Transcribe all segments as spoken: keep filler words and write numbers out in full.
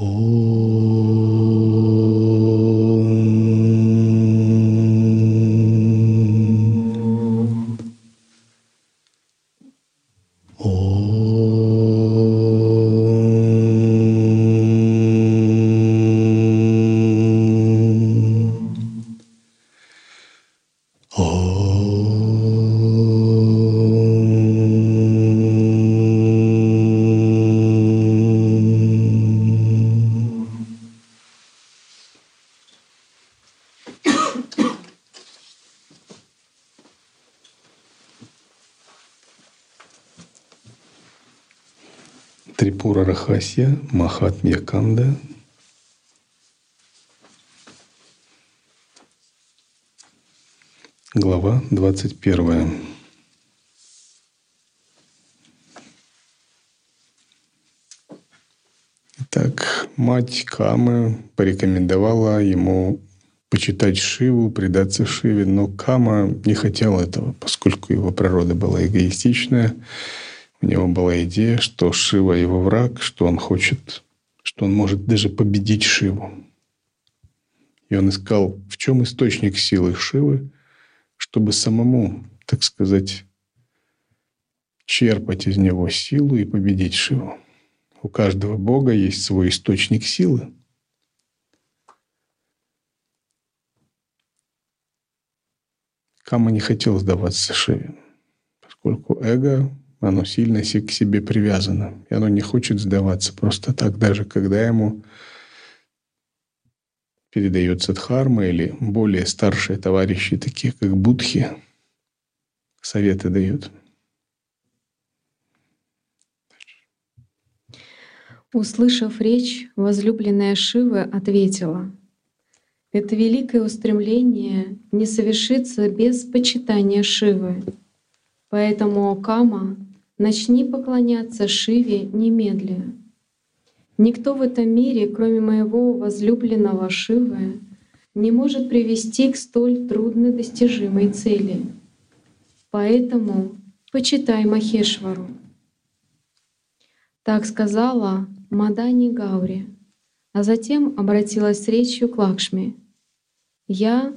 Трипура Рахасья Махатмья Канда. Глава двадцать первая. Итак, мать Камы порекомендовала ему почитать Шиву, предаться Шиве, но Кама не хотел этого, поскольку его природа была эгоистичная. У него была идея, что Шива его враг, что он хочет, что он может даже победить Шиву. И он искал, в чем источник силы Шивы, чтобы самому, так сказать, черпать из него силу и победить Шиву. У каждого бога есть свой источник силы. Кама не хотел сдаваться Шиве, поскольку эго, оно сильно к себе привязано, и оно не хочет сдаваться просто так, даже когда ему передается дхарма или более старшие товарищи, такие как будхи, советы дают. Услышав речь, возлюбленная Шивы ответила: «Это великое устремление не совершится без почитания Шивы. Поэтому, Кама, начни поклоняться Шиве немедля. Никто в этом мире, кроме моего возлюбленного Шивы, не может привести к столь труднодостижимой цели. Поэтому почитай Махешвару». Так сказала Мадани Гаури, а затем обратилась с речью к Лакшми: «Я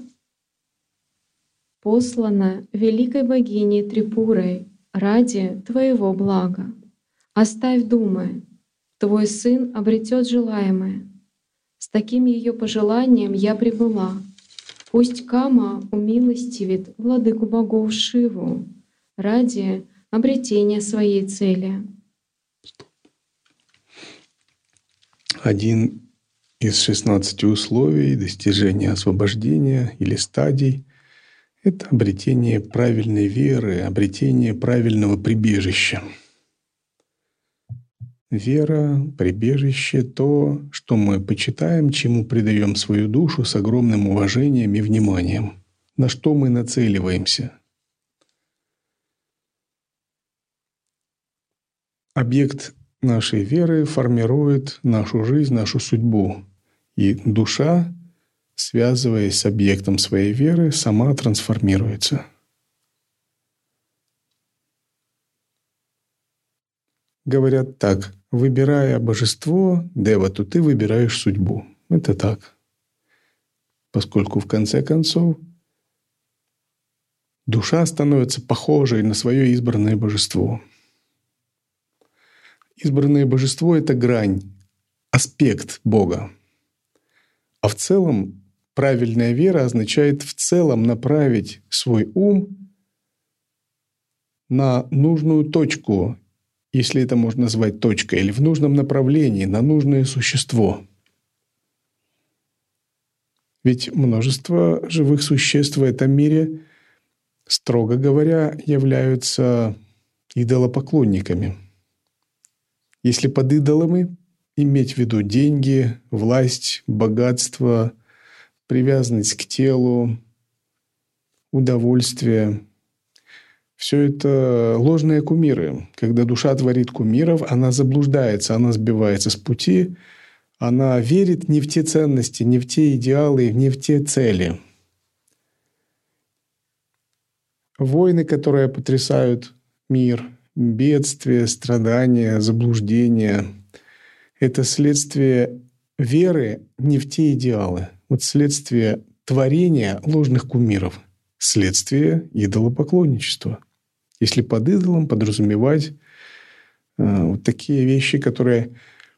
послана великой богиней Трипурой ради твоего блага. Оставь думы, твой сын обретет желаемое. С таким ее пожеланием я прибыла. Пусть Кама умилостивит владыку богов Шиву ради обретения своей цели». Один из шестнадцати условий достижения освобождения или стадий — это обретение правильной веры, обретение правильного прибежища. Вера, прибежище — то, что мы почитаем, чему предаем свою душу с огромным уважением и вниманием, на что мы нацеливаемся. Объект нашей веры формирует нашу жизнь, нашу судьбу. И душа, связываясь с объектом своей веры, сама трансформируется. Говорят так: выбирая божество, девату, ты выбираешь судьбу. Это так. Поскольку в конце концов душа становится похожей на свое избранное божество. Избранное божество — это грань, аспект Бога. А в целом правильная вера означает в целом направить свой ум на нужную точку, если это можно назвать точкой, или в нужном направлении, на нужное существо. Ведь множество живых существ в этом мире, строго говоря, являются идолопоклонниками. Если под идолами иметь в виду деньги, власть, богатство, привязанность к телу, удовольствие, все это ложные кумиры. Когда душа творит кумиров, она заблуждается, она сбивается с пути, она верит не в те ценности, не в те идеалы, не в те цели. Войны, которые потрясают мир, бедствия, страдания, заблуждения — это следствие веры не в те идеалы. Вот следствие творения ложных кумиров, следствие идолопоклонничества. Если под идолом подразумевать э, вот такие вещи, которые,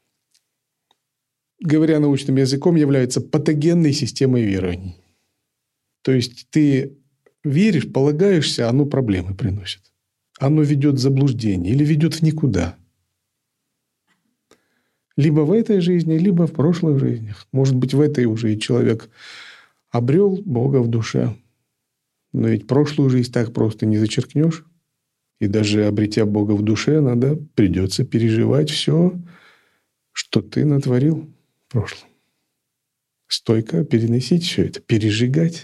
говоря научным языком, являются патогенной системой верований. То есть ты веришь, полагаешься, оно проблемы приносит. Оно ведет в заблуждение или ведет в никуда. Либо в этой жизни, либо в прошлых жизнях. Может быть, в этой уже и человек обрел Бога в душе. Но ведь прошлую жизнь так просто не зачеркнешь. И даже обретя Бога в душе, надо, придется переживать все, что ты натворил в прошлом. Стойко переносить все это, пережигать.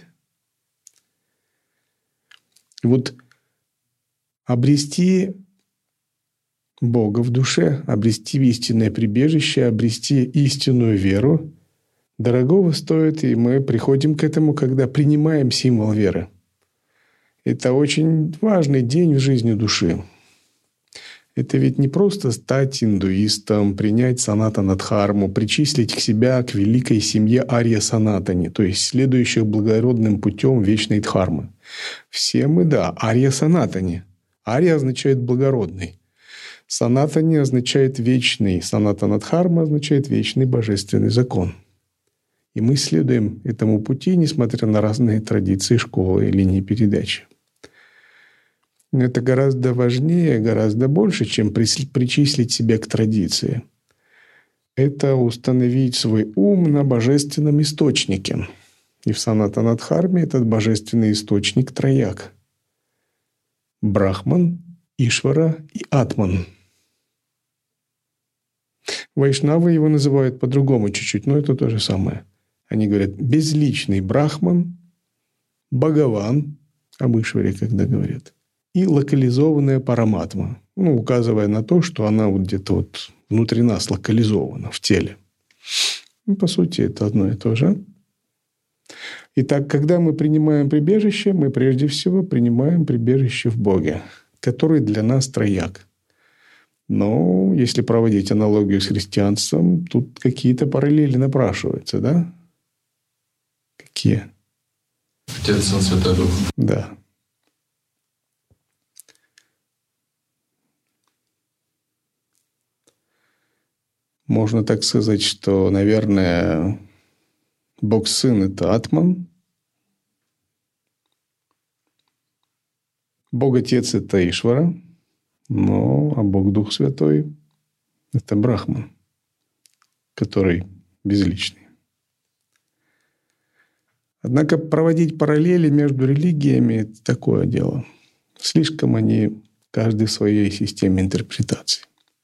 И вот обрести Бога в душе, обрести истинное прибежище, обрести истинную веру дорогого стоит, и мы приходим к этому, когда принимаем символ веры. Это очень важный день в жизни души. Это ведь не просто стать индуистом, принять санатана-дхарму, причислить к себя к великой семье Арья-санатани, то есть следующих благородным путем вечной дхармы. Все мы, да, Арья-санатани. Арья означает благородный. Санатани означает вечный. Санатана-дхарма означает вечный божественный закон. И мы следуем этому пути, несмотря на разные традиции, школы и линии передачи. Это гораздо важнее, гораздо больше, чем причислить себя к традиции. Это установить свой ум на божественном источнике. И в Санатана-дхарме этот божественный источник трояк. Брахман, Ишвара и Атман. Вайшнавы его называют по-другому чуть-чуть, но это то же самое. Они говорят безличный Брахман, Бхагаван, об Ишваре когда говорят, и локализованная Параматма, ну, указывая на то, что она вот где-то вот внутри нас локализована в теле. Ну, по сути, это одно и то же. Итак, когда мы принимаем прибежище, мы прежде всего принимаем прибежище в Боге, который для нас трояк. Но если проводить аналогию с христианством, тут какие-то параллели напрашиваются, да? Какие? Отец, Сын, Святой Дух. Да. Можно так сказать, что, наверное, Бог-Сын – это Атман, Бог-Отец – это Ишвара, но а Бог-Дух Святой – это Брахман, который безличный. Однако проводить параллели между религиями – это такое дело. Слишком они каждый в своей системе интерпретации.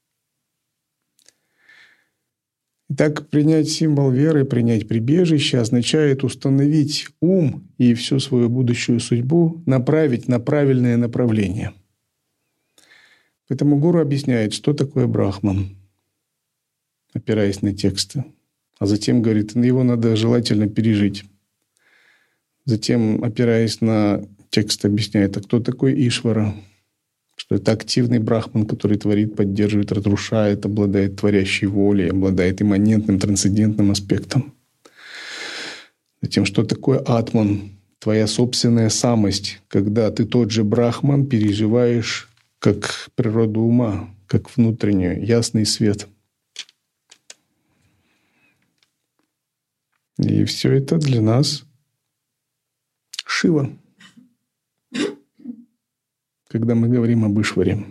Итак, принять символ веры, принять прибежище означает установить ум и всю свою будущую судьбу направить на правильное направление. Поэтому гуру объясняет, что такое Брахман, опираясь на тексты. А затем говорит, его надо желательно пережить. Затем, опираясь на текст, объясняет, а кто такой Ишвара? Что это активный брахман, который творит, поддерживает, разрушает, обладает творящей волей, обладает имманентным, трансцендентным аспектом. Затем, что такое атман? Твоя собственная самость, когда ты тот же брахман переживаешь как природу ума, как внутреннюю, ясный свет. И все это для нас Шива. Когда мы говорим об Ишваре.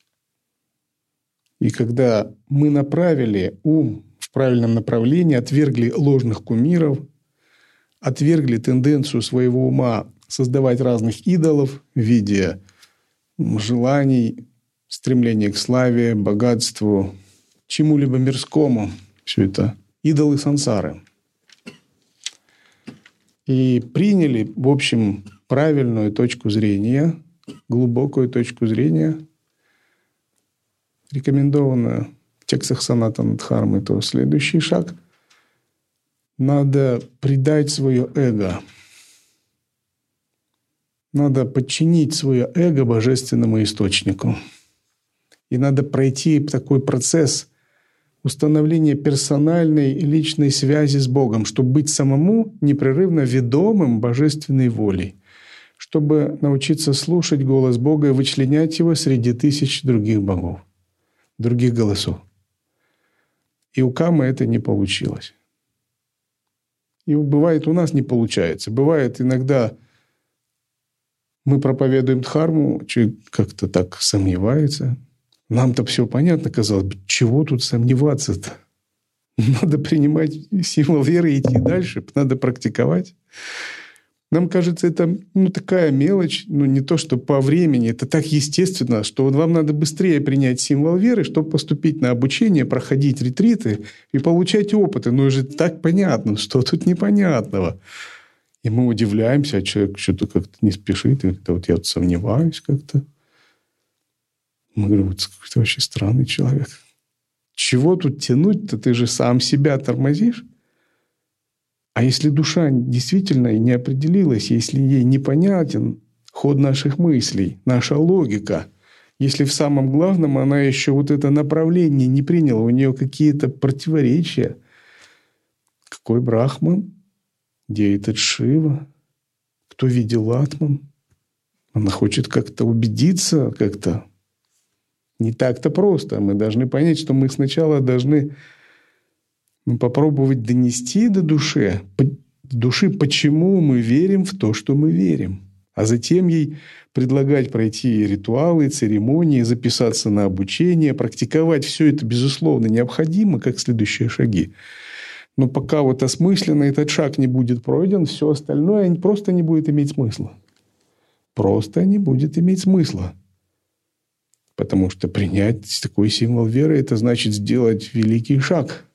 И когда мы направили ум в правильном направлении, отвергли ложных кумиров, отвергли тенденцию своего ума создавать разных идолов в виде желаний, стремления к славе, богатству, чему-либо мирскому. Все это идолы сансары. И приняли, в общем, правильную точку зрения, глубокую точку зрения, рекомендованную в текстах Санатана-дхармы, то следующий шаг – надо предать свое эго. Надо подчинить свое эго божественному источнику. И надо пройти такой процесс установление персональной и личной связи с Богом, чтобы быть самому непрерывно ведомым божественной волей, чтобы научиться слушать голос Бога и вычленять его среди тысяч других богов, других голосов. И у Камы это не получилось. И бывает, у нас не получается. Бывает иногда мы проповедуем дхарму, человек как-то так сомневается. Нам-то все понятно, казалось бы, чего тут сомневаться-то? Надо принимать символ веры и идти дальше, надо практиковать. Нам кажется, это ну, такая мелочь, ну не то, что по времени, это так естественно, что вот вам надо быстрее принять символ веры, чтобы поступить на обучение, проходить ретриты и получать опыты. Ну уже так понятно, что тут непонятного. И мы удивляемся, а человек что-то как-то не спешит, и говорит, вот я вот сомневаюсь как-то. Мы говорим, вот какой-то вообще странный человек. Чего тут тянуть-то? Ты же сам себя тормозишь. А если душа действительно и не определилась, если ей непонятен ход наших мыслей, наша логика, если в самом главном она еще вот это направление не приняла, у нее какие-то противоречия. Какой Брахман? Где этот Шива? Кто видел Атман? Она хочет как-то убедиться, как-то. Не так-то просто. Мы должны понять, что мы сначала должны попробовать донести до души, души, почему мы верим в то, что мы верим. А затем ей предлагать пройти ритуалы, церемонии, записаться на обучение, практиковать. Все это, безусловно, необходимо, как следующие шаги. Но пока вот осмысленно этот шаг не будет пройден, все остальное просто не будет иметь смысла. Просто не будет иметь смысла. Потому что принять такой символ веры – это значит сделать великий шаг.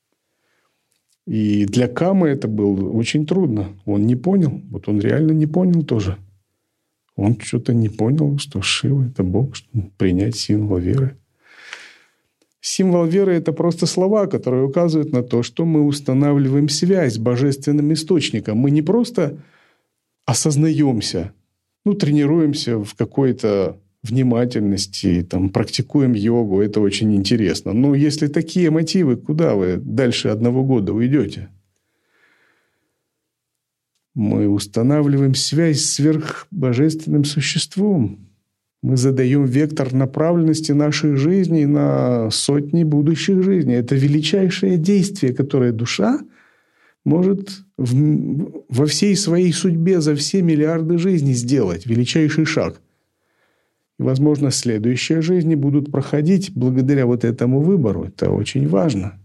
И для Камы это было очень трудно. Он не понял. Вот он реально не понял тоже. Он что-то не понял, что Шива – это Бог, что принять символ веры. Символ веры – это просто слова, которые указывают на то, что мы устанавливаем связь с божественным источником. Мы не просто осознаемся, ну, тренируемся в какой-то внимательности, там, практикуем йогу, это очень интересно. Но если такие мотивы, куда вы дальше одного года уйдете? Мы устанавливаем связь с сверхбожественным существом. Мы задаем вектор направленности нашей жизни на сотни будущих жизней. Это величайшее действие, которое душа может в, во всей своей судьбе за все миллиарды жизней сделать. Величайший шаг. И, возможно, следующие жизни будут проходить благодаря вот этому выбору. Это очень важно.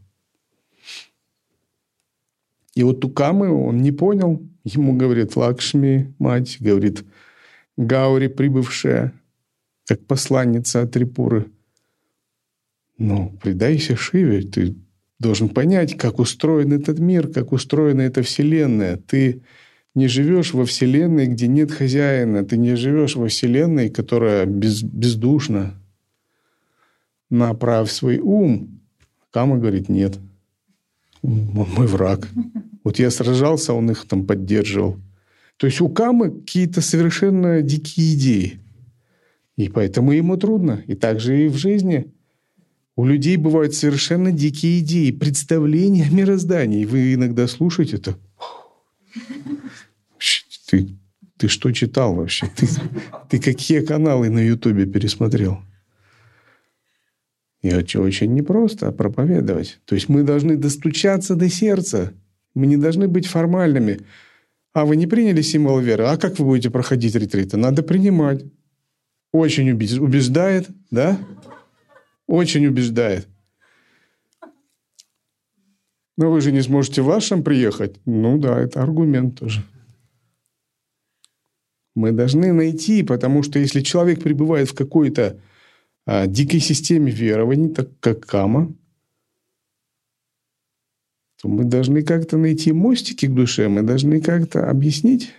И вот у Камы он не понял. Ему говорит Лакшми, мать, говорит Гаури, прибывшая как посланница от Трипуры. Ну, предайся Шиве. Ты должен понять, как устроен этот мир, как устроена эта вселенная. Ты не живешь во вселенной, где нет хозяина. Ты не живешь во вселенной, которая без, бездушна. Направь свой ум. Кама говорит, нет. Он мой враг. Вот я сражался, он их там поддерживал. То есть у Камы какие-то совершенно дикие идеи. И поэтому ему трудно. И также и в жизни. У людей бывают совершенно дикие идеи, представления о мироздании. Вы иногда слушаете это. Ты, ты что читал вообще? Ты, ты какие каналы на Ютубе пересмотрел? И это очень непросто проповедовать. То есть мы должны достучаться до сердца. Мы не должны быть формальными. А вы не приняли символ веры? А как вы будете проходить ретриты? Надо принимать. Очень убеждает, да? Очень убеждает. Но вы же не сможете в Ашрам приехать. Ну да, это аргумент тоже. Мы должны найти, потому что если человек пребывает в какой-то а, дикой системе верований, так как Кама, то мы должны как-то найти мостики к душе, мы должны как-то объяснить,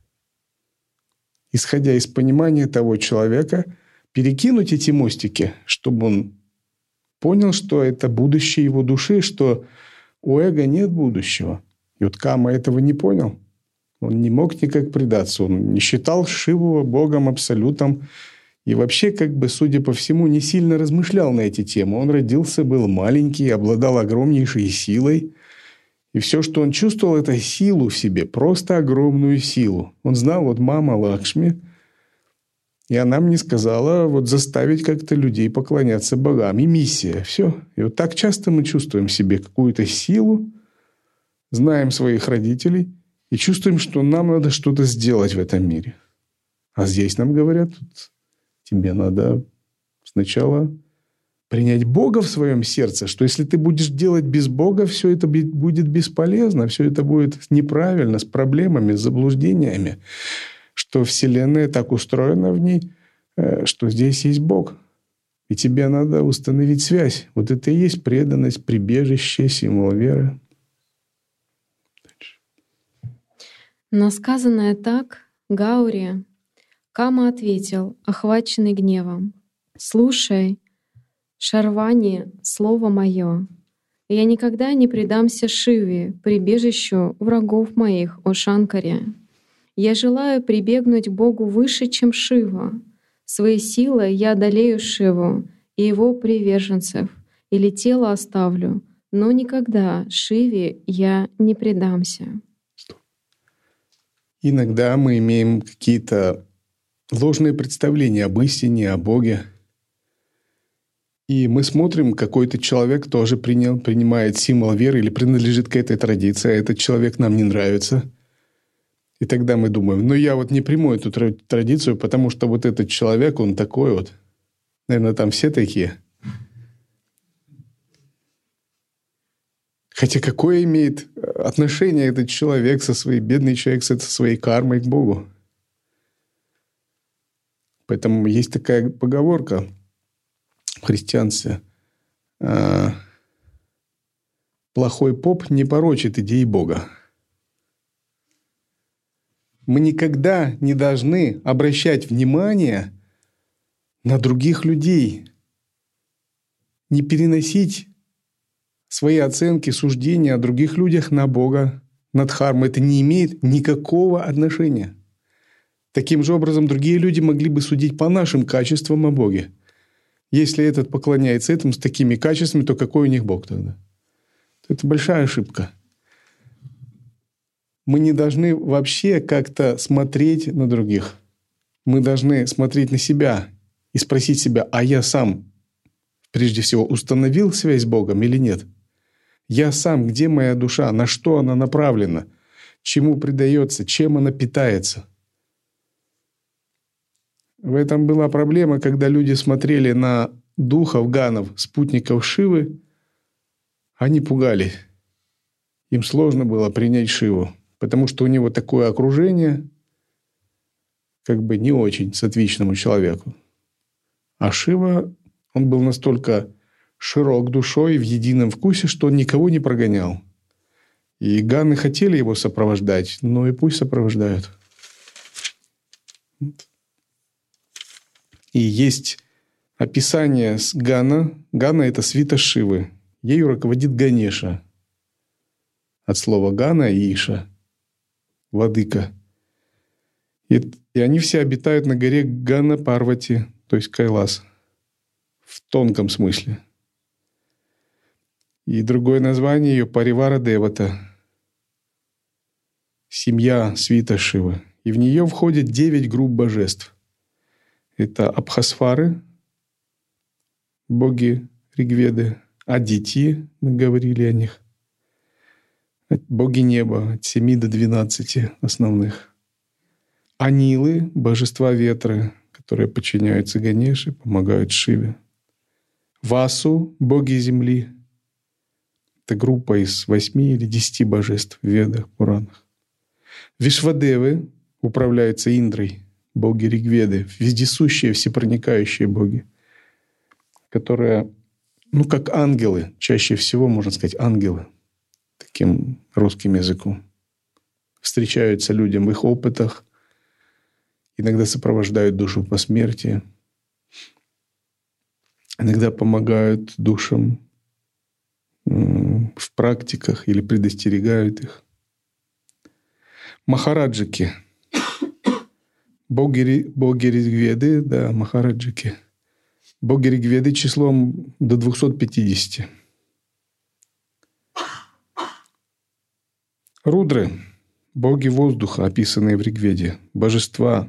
исходя из понимания того человека, перекинуть эти мостики, чтобы он понял, что это будущее его души, что у эго нет будущего. И вот Кама этого не понял. Он не мог никак предаться. Он не считал Шиву Богом абсолютом. И вообще, как бы, судя по всему, не сильно размышлял на эти темы. Он родился, был маленький, обладал огромнейшей силой. И все, что он чувствовал, это силу в себе, просто огромную силу. Он знал, вот мама Лакшми, и она мне сказала вот заставить как-то людей поклоняться богам. И миссия. Все. И вот так часто мы чувствуем в себе какую-то силу, знаем своих родителей и чувствуем, что нам надо что-то сделать в этом мире. А здесь нам говорят, тебе надо сначала принять Бога в своем сердце, что если ты будешь делать без Бога, все это будет бесполезно, все это будет неправильно, с проблемами, с заблуждениями, что Вселенная так устроена в ней, что здесь есть Бог. И тебе надо установить связь. Вот это и есть преданность, прибежище, символ веры. На сказанное так Гаури Кама ответил, охваченный гневом: «Слушай, Шарвани, слово мое. Я никогда не предамся Шиве, прибежищу врагов моих, о Шанкаре. Я желаю прибегнуть к Богу выше, чем Шива. Своей силой я одолею Шиву и его приверженцев, или тело оставлю, но никогда Шиве я не предамся». Иногда мы имеем какие-то ложные представления об истине, о Боге. И мы смотрим, какой-то человек тоже принял, принимает символ веры или принадлежит к этой традиции, а этот человек нам не нравится. И тогда мы думаем, ну я вот не приму эту традицию, потому что вот этот человек, он такой вот. Наверное, там все такие. Хотя какое имеет отношение этот человек со своей, бедный человек со своей кармой к Богу? Поэтому есть такая поговорка в христианстве. Плохой поп не порочит идеи Бога. Мы никогда не должны обращать внимание на других людей, не переносить свои оценки, суждения о других людях на Бога, на Дхарму. Это не имеет никакого отношения. Таким же образом, другие люди могли бы судить по нашим качествам о Боге. Если этот поклоняется этому с такими качествами, то какой у них Бог тогда? Это большая ошибка. Мы не должны вообще как-то смотреть на других. Мы должны смотреть на себя и спросить себя, а я сам, прежде всего, установил связь с Богом или нет? Я сам, где моя душа, на что она направлена, чему предается, чем она питается? В этом была проблема, когда люди смотрели на духов, ганов, спутников Шивы, они пугались. Им сложно было принять Шиву, потому что у него такое окружение, как бы не очень сатвичному человеку. А Шива, он был настолько широк душой в едином вкусе, что он никого не прогонял. И ганы хотели его сопровождать, но и пусть сопровождают. И есть описание с Гана. Гана – это свита Шивы. Ею руководит Ганеша. От слова Гана и Иша – владыка. И, и они все обитают на горе Гана Парвати, то есть Кайлас, в тонком смысле. И другое название ее – Паривара Девата, семья свита Шивы. И в нее входит девять групп божеств. Это Абхасвары, боги Ригведы, Адити, мы говорили о них, боги неба от семи до двенадцати основных. Анилы, божества ветра, которые подчиняются Ганеше, помогают Шиве. Васу, боги земли. Это группа из восьми или десяти божеств в Ведах, Пуранах. Вишвадевы управляются Индрой, боги Ригведы, вездесущие, всепроникающие боги, которые, ну, как ангелы, чаще всего, можно сказать, ангелы, таким русским языком, встречаются людям в их опытах, иногда сопровождают душу по смерти, иногда помогают душам в практиках или предостерегают их. Махараджики. Боги, боги Ригведы, да, Махараджики. Боги Ригведы числом до двухсот пятидесяти. Рудры – боги воздуха, описанные в Ригведе, божества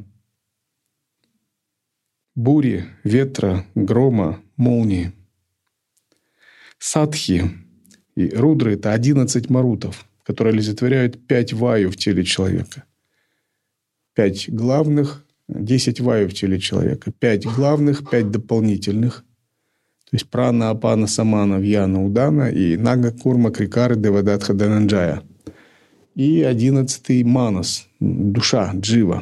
бури, ветра, грома, молнии. Садхи и рудры – это одиннадцать марутов, которые олицетворяют пять ваю в теле человека. Пять главных, десять ваю в теле человека. Пять главных, пять дополнительных. То есть прана, апана, самана, вьяна, удана и нага, курма, крикары, девадатха, дананджая. И одиннадцатый манас, душа, джива.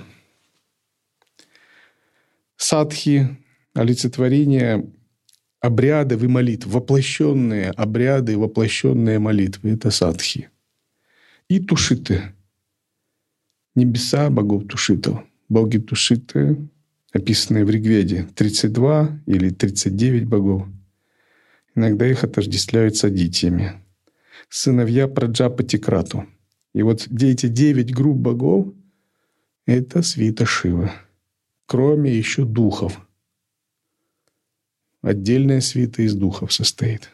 Садхи – олицетворение обрядов и молитв, воплощенные обряды, воплощенные молитвы – это садхи. И тушиты – небеса богов тушитов. Боги тушиты, описанные в Ригведе, тридцать два или тридцать девять богов. Иногда их отождествляют с адитиями. Сыновья Праджапати Крату. И вот эти девять групп богов – это свита Шивы. Кроме еще духов. Отдельная свита из духов состоит.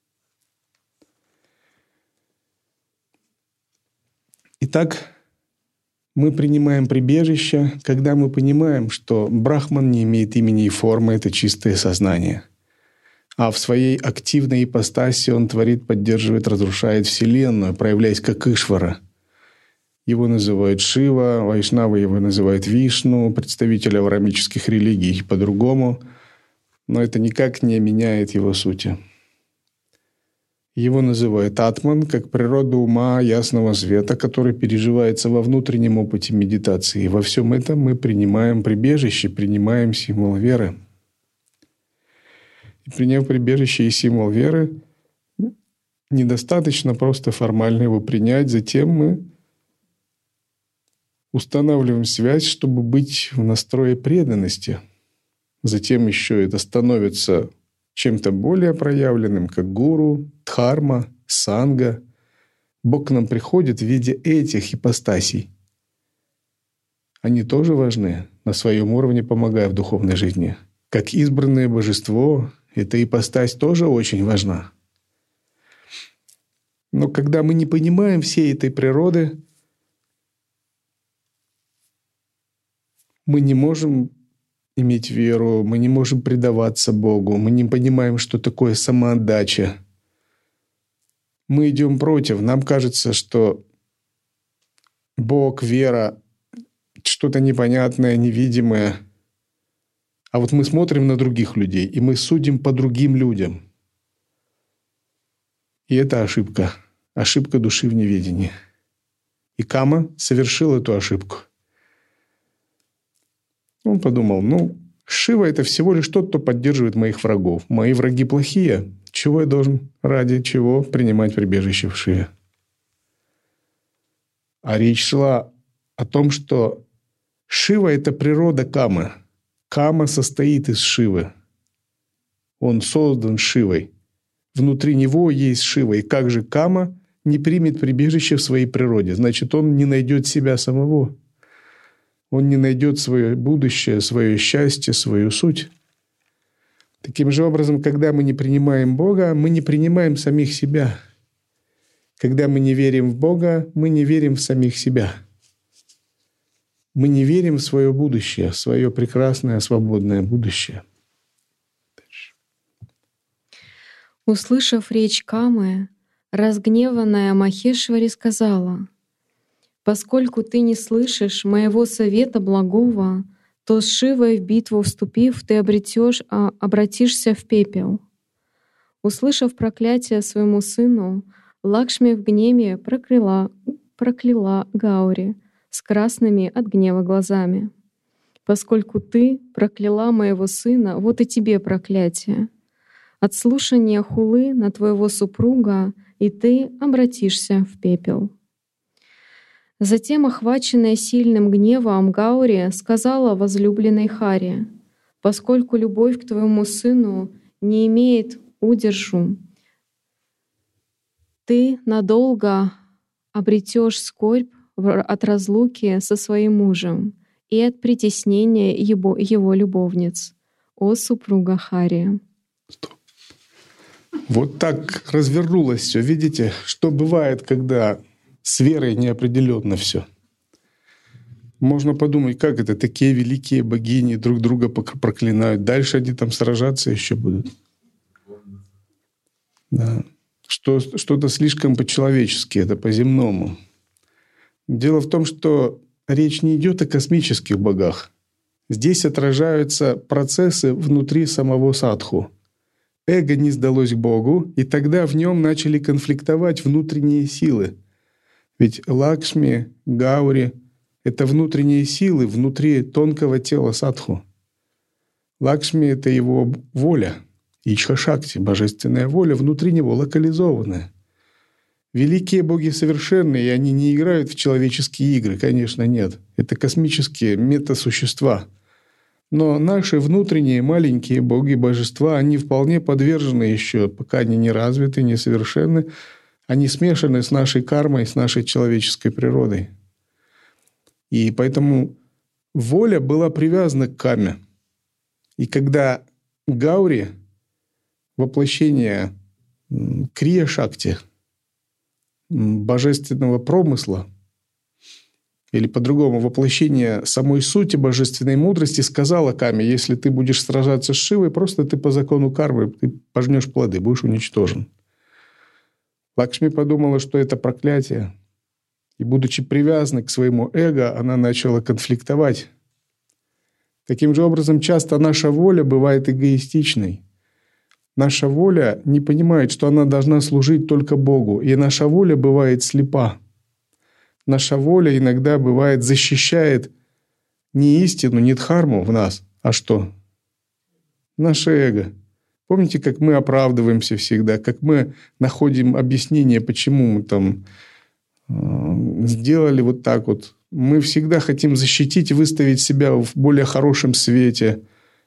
Итак, мы принимаем прибежище, когда мы понимаем, что Брахман не имеет имени и формы, это чистое сознание. А в своей активной ипостаси он творит, поддерживает, разрушает Вселенную, проявляясь как Ишвара. Его называют Шива, вайшнавы его называют Вишну, представители авраамических религий по-другому, но это никак не меняет его сути. Его называют Атман, как природа ума ясного света, который переживается во внутреннем опыте медитации. И во всем этом мы принимаем прибежище, принимаем символ веры. И приняв прибежище и символ веры, недостаточно просто формально его принять, затем мы устанавливаем связь, чтобы быть в настрое преданности. Затем еще это становится чем-то более проявленным, как гуру, дхарма, санга. Бог к нам приходит в виде этих ипостасей. Они тоже важны, на своем уровне помогая в духовной жизни. Как избранное божество, эта ипостась тоже очень важна. Но когда мы не понимаем всей этой природы, мы не можем иметь веру, мы не можем предаваться Богу, мы не понимаем, что такое самоотдача. Мы идем против. Нам кажется, что Бог, вера, что-то непонятное, невидимое. А вот мы смотрим на других людей, и мы судим по другим людям. И это ошибка. Ошибка души в неведении. И Кама совершил эту ошибку. Он подумал, ну, Шива – это всего лишь тот, кто поддерживает моих врагов. Мои враги плохие. Чего я должен ради чего принимать прибежище в Шиве? А речь шла о том, что Шива – это природа Камы. Кама состоит из Шивы. Он создан Шивой. Внутри него есть Шива. И как же Кама не примет прибежище в своей природе? Значит, он не найдет себя самого. Он не найдет свое будущее, свое счастье, свою суть. Таким же образом, когда мы не принимаем Бога, мы не принимаем самих себя. Когда мы не верим в Бога, мы не верим в самих себя. Мы не верим в свое будущее, в свое прекрасное, свободное будущее. Дальше. Услышав речь Камы, разгневанная Махешвари сказала: «Поскольку ты не слышишь моего совета благого, то с Шивой в битву вступив, ты обретешь, а, обратишься в пепел». Услышав проклятие своему сыну, Лакшми в гневе прокляла, прокляла Гаури с красными от гнева глазами. «Поскольку ты прокляла моего сына, вот и тебе проклятие. От слушания хулы на твоего супруга и ты обратишься в пепел». Затем, охваченная сильным гневом, Гаури сказала возлюбленной Харе: «Поскольку любовь к твоему сыну не имеет удержу, ты надолго обретешь скорбь от разлуки со своим мужем, и от притеснения его, его любовниц, о супруга Хари. Вот так развернулось все. Видите, что бывает, когда с верой неопределенно все. Можно подумать, как это, такие великие богини друг друга проклинают. Дальше они там сражаться еще будут. Да. Что, что-то слишком по-человечески, это по-земному. Дело в том, что речь не идет о космических богах. Здесь отражаются процессы внутри самого садху. Эго не сдалось Богу, и тогда в нем начали конфликтовать внутренние силы. Ведь Лакшми, Гаури — это внутренние силы внутри тонкого тела садху. Лакшми — это его воля, Ичха-шакти, божественная воля внутри него локализованная. Великие боги совершенные, и они не играют в человеческие игры, конечно, нет. Это космические метасущества. Но наши внутренние маленькие боги-божества, они вполне подвержены еще, пока они не развиты, не совершенны. Они смешаны с нашей кармой, с нашей человеческой природой. И поэтому воля была привязана к каме. И когда Гаури, воплощение крия-шакти, божественного промысла, или по-другому воплощение самой сути божественной мудрости, сказала Каме: если ты будешь сражаться с Шивой, просто ты по закону кармы ты пожнешь плоды, будешь уничтожен. Лакшми подумала, что это проклятие. И, будучи привязанной к своему эго, она начала конфликтовать. Таким же образом, часто наша воля бывает эгоистичной. Наша воля не понимает, что она должна служить только Богу, и наша воля бывает слепа. Наша воля иногда бывает защищает не истину, не дхарму в нас, а что? Наше эго. Помните, как мы оправдываемся всегда, как мы находим объяснение, почему мы там э, сделали вот так вот. Мы всегда хотим защитить и выставить себя в более хорошем свете.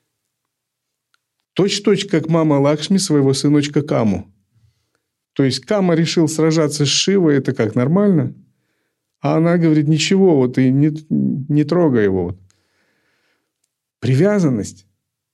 Точь-в-точь, как мама Лакшми своего сыночка Каму. То есть Кама решил сражаться с Шивой, это как, нормально? А она говорит: ничего, вот и не, не трогай его. Вот. Привязанность.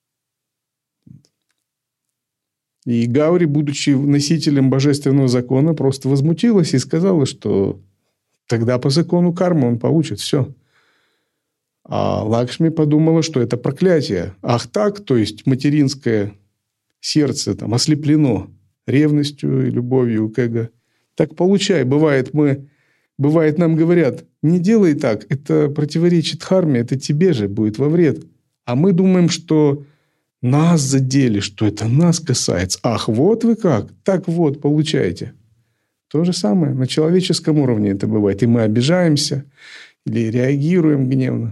И Гаури, будучи носителем божественного закона, просто возмутилась и сказала, что тогда по закону кармы он получит все. А Лакшми подумала, что это проклятие. Ах так, то есть материнское сердце там ослеплено ревностью и любовью к эго. Так получай. Бывает, мы, бывает, нам говорят: не делай так, это противоречит дхарме, это тебе же будет во вред. А мы думаем, что нас задели, что это нас касается. Ах, вот вы как, так вот, получаете. То же самое на человеческом уровне это бывает. И мы обижаемся или реагируем гневно.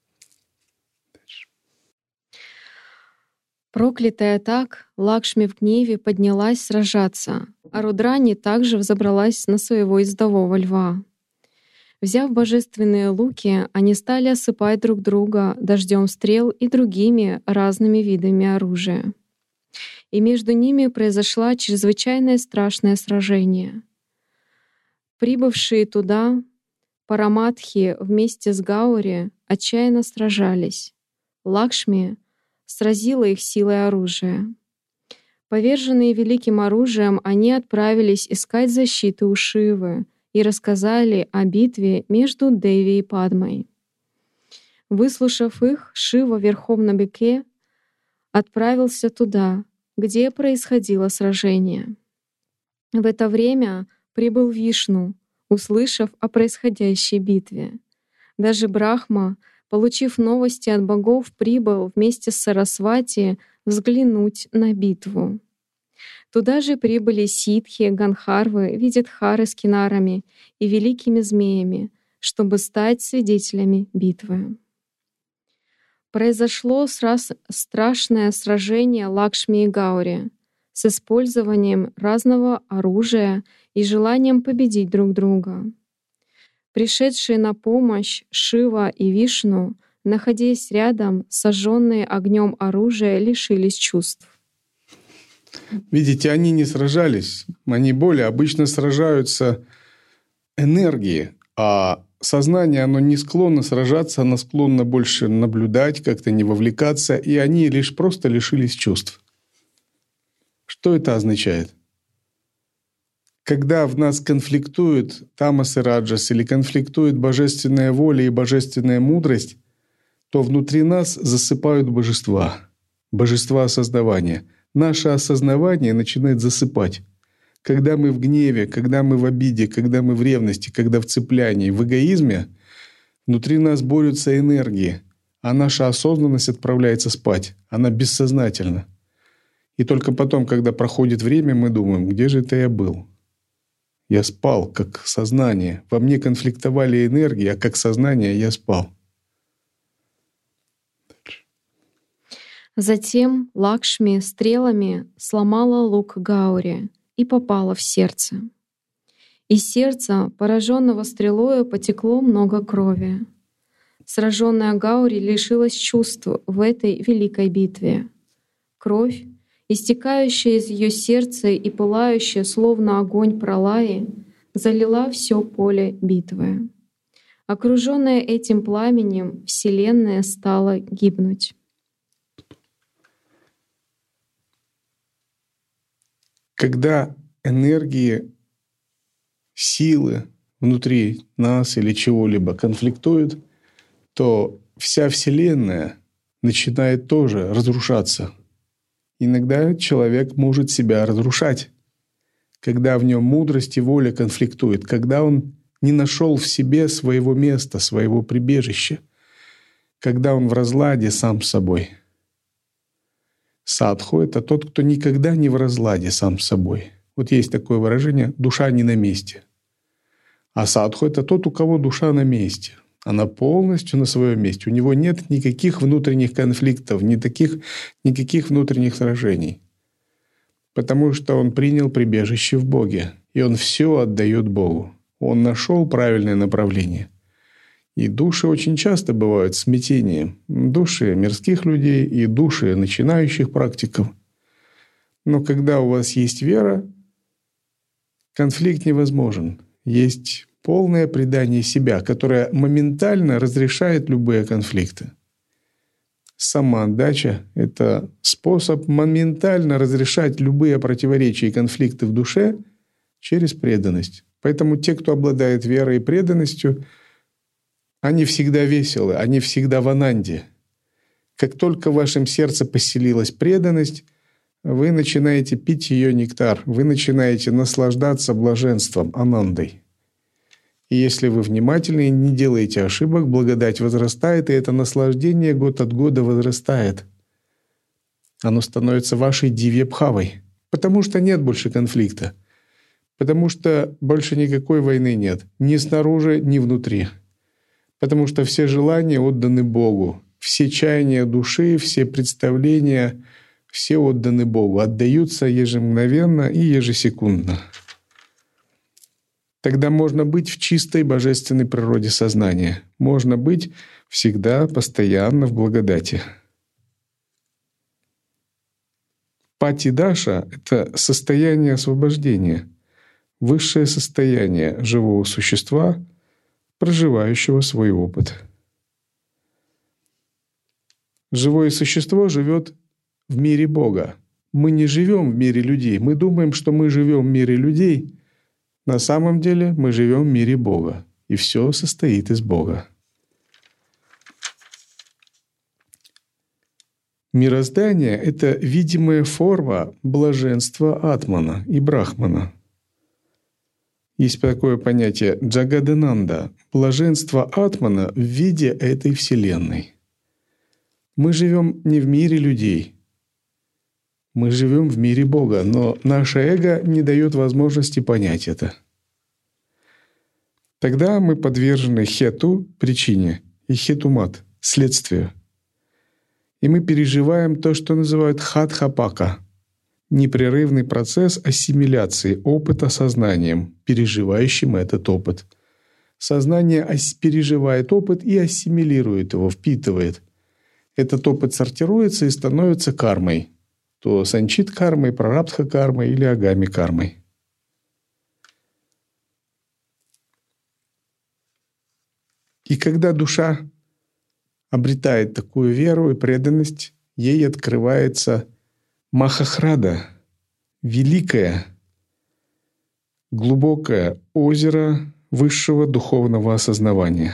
Проклятая так, Лакшми в гневе поднялась сражаться, а Рудрани также взобралась на своего ездового льва. Взяв божественные луки, они стали осыпать друг друга дождем стрел и другими разными видами оружия. И между ними произошло чрезвычайное страшное сражение. Прибывшие туда Параматхи вместе с Гаури отчаянно сражались. Лакшми сразила их силой оружия. Поверженные великим оружием, они отправились искать защиты у Шивы и рассказали о битве между Деви и Падмой. Выслушав их, Шива верхом на быке отправился туда, где происходило сражение. В это время прибыл Вишну, услышав о происходящей битве. Даже Брахма, получив новости от богов, прибыл вместе с Сарасвати взглянуть на битву. Туда же прибыли ситхи, ганхарвы, видятхары с кинарами и великими змеями, чтобы стать свидетелями битвы. Произошло сраз страшное сражение Лакшми и Гаури с использованием разного оружия и желанием победить друг друга. Пришедшие на помощь Шива и Вишну, находясь рядом, сожженные огнем оружия, лишились чувств. Видите, они не сражались, они более обычно сражаются энергией, а сознание, оно не склонно сражаться, оно склонно больше наблюдать, как-то не вовлекаться, и они лишь просто лишились чувств. Что это означает? Когда в нас конфликтует тамас и раджас или конфликтует божественная воля и божественная мудрость, то внутри нас засыпают божества, божества осознавания. Наше осознавание начинает засыпать. Когда мы в гневе, когда мы в обиде, когда мы в ревности, когда в цеплянии, в эгоизме, внутри нас борются энергии, а наша осознанность отправляется спать. Она бессознательна. И только потом, когда проходит время, мы думаем, где же это я был? Я спал, как сознание. Во мне конфликтовали энергии, а как сознание я спал. Затем Лакшми стрелами сломала лук Гаури и попала в сердце. Из сердца, пораженного стрелою, потекло много крови. Сраженная Гаури лишилась чувств в этой великой битве. Кровь, истекающая из ее сердца и пылающая, словно огонь пралаи, залила все поле битвы. Окруженная этим пламенем, Вселенная стала гибнуть. Когда энергии, силы внутри нас или чего-либо конфликтуют, то вся Вселенная начинает тоже разрушаться. Иногда человек может себя разрушать, когда в нем мудрость и воля конфликтует, когда он не нашел в себе своего места, своего прибежища, когда он в разладе сам с собой. Садху — это тот, кто никогда не в разладе сам с собой. Вот есть такое выражение «душа не на месте». А садху — это тот, у кого душа на месте. Она полностью на своем месте. У него нет никаких внутренних конфликтов, никаких, никаких внутренних сражений. Потому что он принял прибежище в Боге. И он все отдает Богу. Он нашел правильное направление. И души очень часто бывают в смятении. Души мирских людей и души начинающих практиков. Но когда у вас есть вера, конфликт невозможен. Есть полное предание себя, которое моментально разрешает любые конфликты. Самоотдача — это способ моментально разрешать любые противоречия и конфликты в душе через преданность. Поэтому те, кто обладает верой и преданностью, они всегда веселы, они всегда в ананде. Как только в вашем сердце поселилась преданность, вы начинаете пить ее нектар, вы начинаете наслаждаться блаженством, анандой. И если вы внимательны и не делаете ошибок, благодать возрастает, и это наслаждение год от года возрастает. Оно становится вашей дивья-бхавой, потому что нет больше конфликта, потому что больше никакой войны нет, ни снаружи, ни внутри. Потому что все желания отданы Богу, все чаяния души, все представления, все отданы Богу, отдаются ежемгновенно и ежесекундно. Тогда можно быть в чистой божественной природе сознания. Можно быть всегда, постоянно в благодати. Пати-даша — это состояние освобождения, высшее состояние живого существа, проживающего свой опыт. Живое существо живет в мире Бога. Мы не живем в мире людей. Мы думаем, что мы живем в мире людей. На самом деле мы живем в мире Бога. И все состоит из Бога. Мироздание — это видимая форма блаженства Атмана и Брахмана. Есть такое понятие джагадананда — блаженство Атмана в виде этой Вселенной. Мы живем не в мире людей. Мы живем в мире Бога, но наше эго не дает возможности понять это. Тогда мы подвержены хету — причине, и хетумат — следствию. И мы переживаем то, что называют хатхапака — непрерывный процесс ассимиляции опыта сознанием, переживающим этот опыт. Сознание переживает опыт и ассимилирует его, впитывает. Этот опыт сортируется и становится кармой. То санчит кармой, прарабдха кармой или агами кармой. И когда душа обретает такую веру и преданность, ей открывается Махахрада, великое, глубокое озеро высшего духовного осознавания.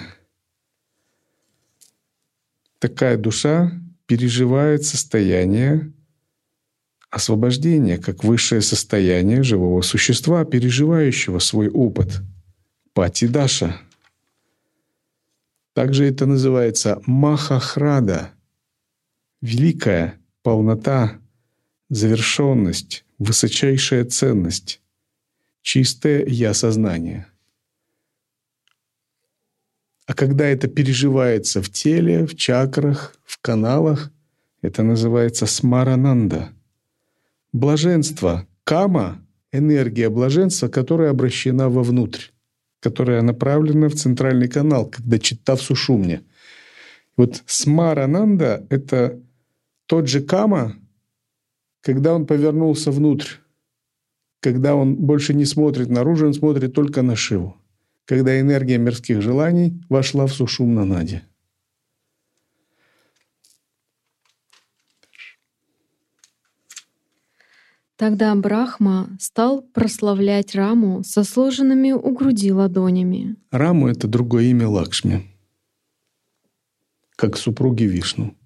Такая душа переживает состояние освобождения как высшее состояние живого существа, переживающего свой опыт. Пати-даша. Также это называется Махахрада, великая полнота, завершенность, высочайшая ценность, чистое я-сознание. А когда это переживается в теле, в чакрах, в каналах, это называется смарананда. Блаженство, кама — энергия блаженства, которая обращена вовнутрь, которая направлена в центральный канал, когда читта в сушумне. Вот смарананда — это тот же кама, когда он повернулся внутрь, когда он больше не смотрит наружу, он смотрит только на Шиву, когда энергия мирских желаний вошла в сушумна нади. Тогда Брахма стал прославлять Раму со сложенными у груди ладонями. Раму — это другое имя Лакшми, как супруги Вишну.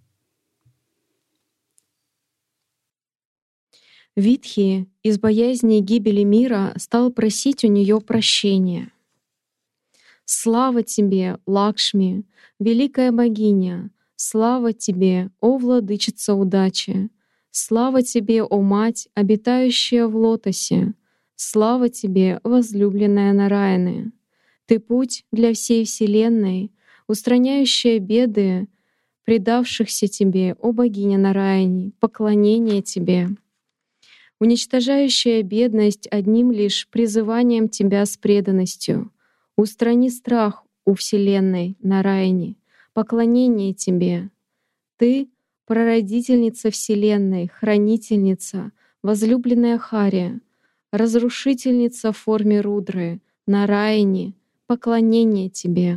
Витхи из боязни гибели мира стал просить у нее прощения. «Слава тебе, Лакшми, великая богиня! Слава тебе, о владычица удачи! Слава тебе, о мать, обитающая в лотосе! Слава тебе, возлюбленная Нараяны! Ты путь для всей вселенной, устраняющая беды предавшихся тебе, о богиня Нараяни, поклонение тебе!» Уничтожающая бедность одним лишь призыванием Тебя с преданностью. Устрани страх у Вселенной, Нараяни, поклонение Тебе. Ты — прародительница Вселенной, хранительница, возлюбленная Хари, разрушительница в форме Рудры, Нараяни, поклонение Тебе.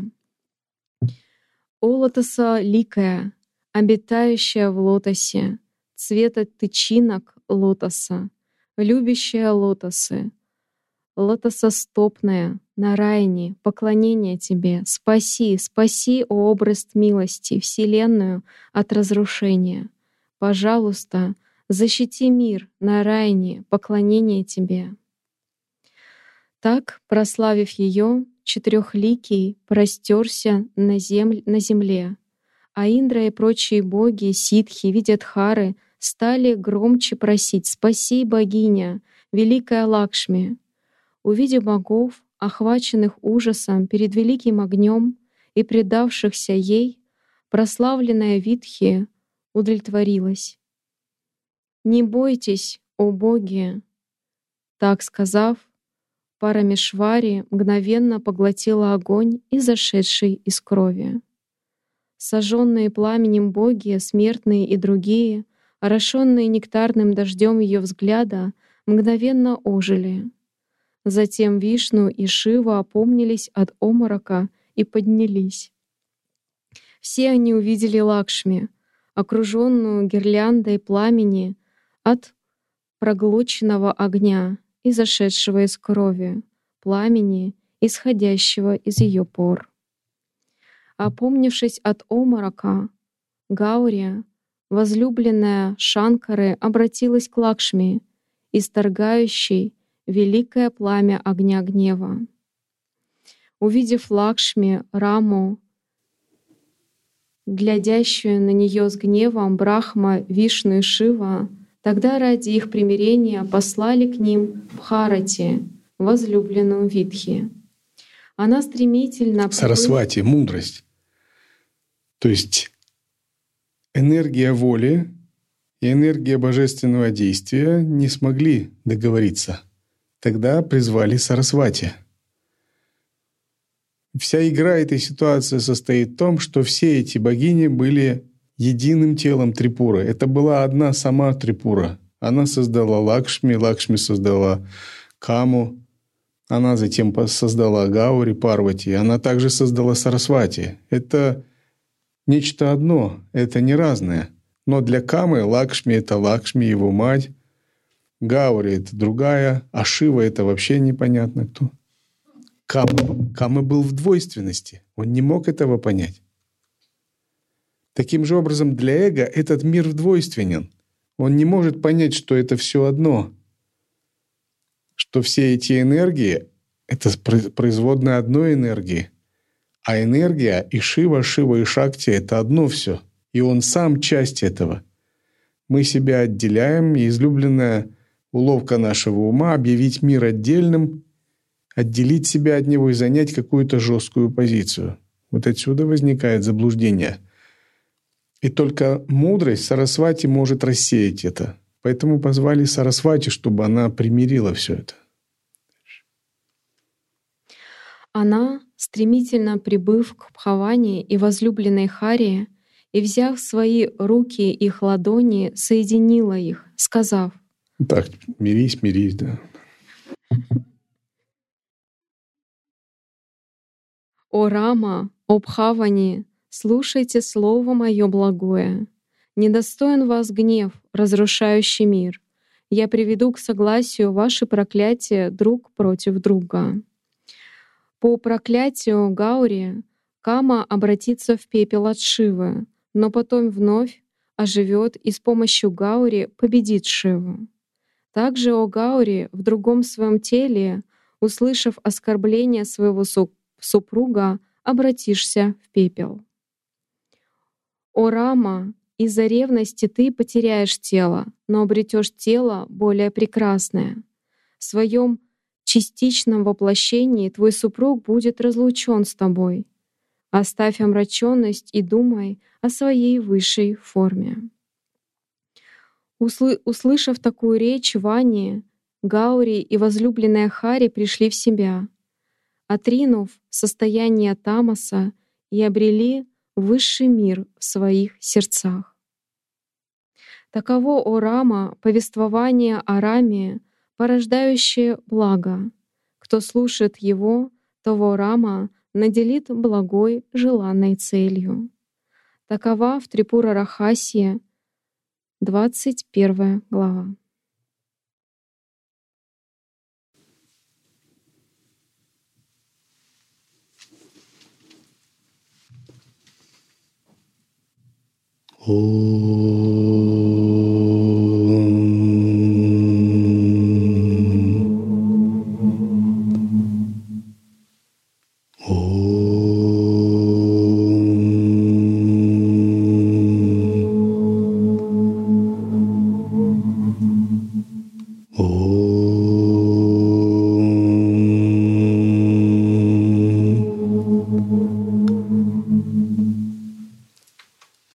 О лотоса ликая, обитающая в лотосе, цвета тычинок лотоса, любящая лотосы, лотосостопная, Нараяни, поклонение Тебе, спаси, спаси, о образ милости, Вселенную от разрушения. Пожалуйста, защити мир, Нараяни, поклонение Тебе. Так, прославив ее, четырехликий простерся на, земль, на земле, а Индра и прочие боги, ситхи, видятхары стали громче просить: «Спаси, богиня, великая Лакшми!» Увидев богов, охваченных ужасом перед великим огнем и предавшихся ей, прославленная Витхи удовлетворилась. «Не бойтесь, о боги!» Так сказав, Парамешвари мгновенно поглотила огонь, изошедший из крови. Сожженные пламенем боги, смертные и другие, орошенные нектарным дождем ее взгляда, мгновенно ожили. Затем Вишну и Шива опомнились от обморока и поднялись. Все они увидели Лакшми, окруженную гирляндой пламени от проглоченного огня, изошедшего из крови, пламени, исходящего из ее пор. Опомнившись от обморока, Гаурия, возлюбленная Шанкары, обратилась к Лакшми, исторгающей великое пламя огня гнева. Увидев Лакшми, Раму, глядящую на нее с гневом, Брахма, Вишну и Шива, тогда ради их примирения послали к ним Бхарати, возлюбленную Витхи. Она стремительно... Сарасвати, мудрость. То есть энергия воли и энергия божественного действия не смогли договориться. Тогда призвали Сарасвати. Вся игра этой ситуации состоит в том, что все эти богини были единым телом Трипуры. Это была одна сама Трипура. Она создала Лакшми, Лакшми создала Каму, Она затем создала Гаури, Парвати, она также создала Сарасвати. Это нечто одно, это не разное. Но для Камы Лакшми — это Лакшми, его мать. Гаури — это другая, а Шива — это вообще непонятно кто. Кама, Кама был в двойственности, он не мог этого понять. Таким же образом, для эго этот мир двойственен. Он не может понять, что это все одно, что все эти энергии — это производная одной энергии, а энергия и Шива, Шива и Шакти — это одно все, и он сам часть этого. Мы себя отделяем, и излюбленная уловка нашего ума — объявить мир отдельным, отделить себя от него и занять какую-то жесткую позицию. Вот отсюда возникает заблуждение. И только мудрость Сарасвати может рассеять это. Поэтому позвали Сарасвати, чтобы она примирила все это. Она, стремительно прибыв к Бхавани и возлюбленной Хари, и, взяв в свои руки их ладони, соединила их, сказав: Так, мирись, мирись, да. «О Рама, о Бхавани, слушайте слово мое благое. Недостоин вас гнев, разрушающий мир. Я приведу к согласию ваши проклятия друг против друга». По проклятию Гаури Кама обратится в пепел от Шивы, но потом вновь оживет и с помощью Гаури победит Шиву. Также о Гаури в другом своем теле, услышав оскорбление своего супруга, обратишься в пепел. О Рама, из-за ревности ты потеряешь тело, но обретешь тело более прекрасное. В своем частичном воплощении твой супруг будет разлучен с тобой. Оставь омраченность и думай о своей высшей форме. Услы- услышав такую речь Вани, Гаури и возлюбленная Хари пришли в себя, отринув состояние тамаса, и обрели высший мир в своих сердцах. Таково, о Рама, повествование о Раме, порождающее благо. Кто слушает его, того Рама наделит благой желанной целью. Такова в Трипура Рахасье, двадцать первая глава. О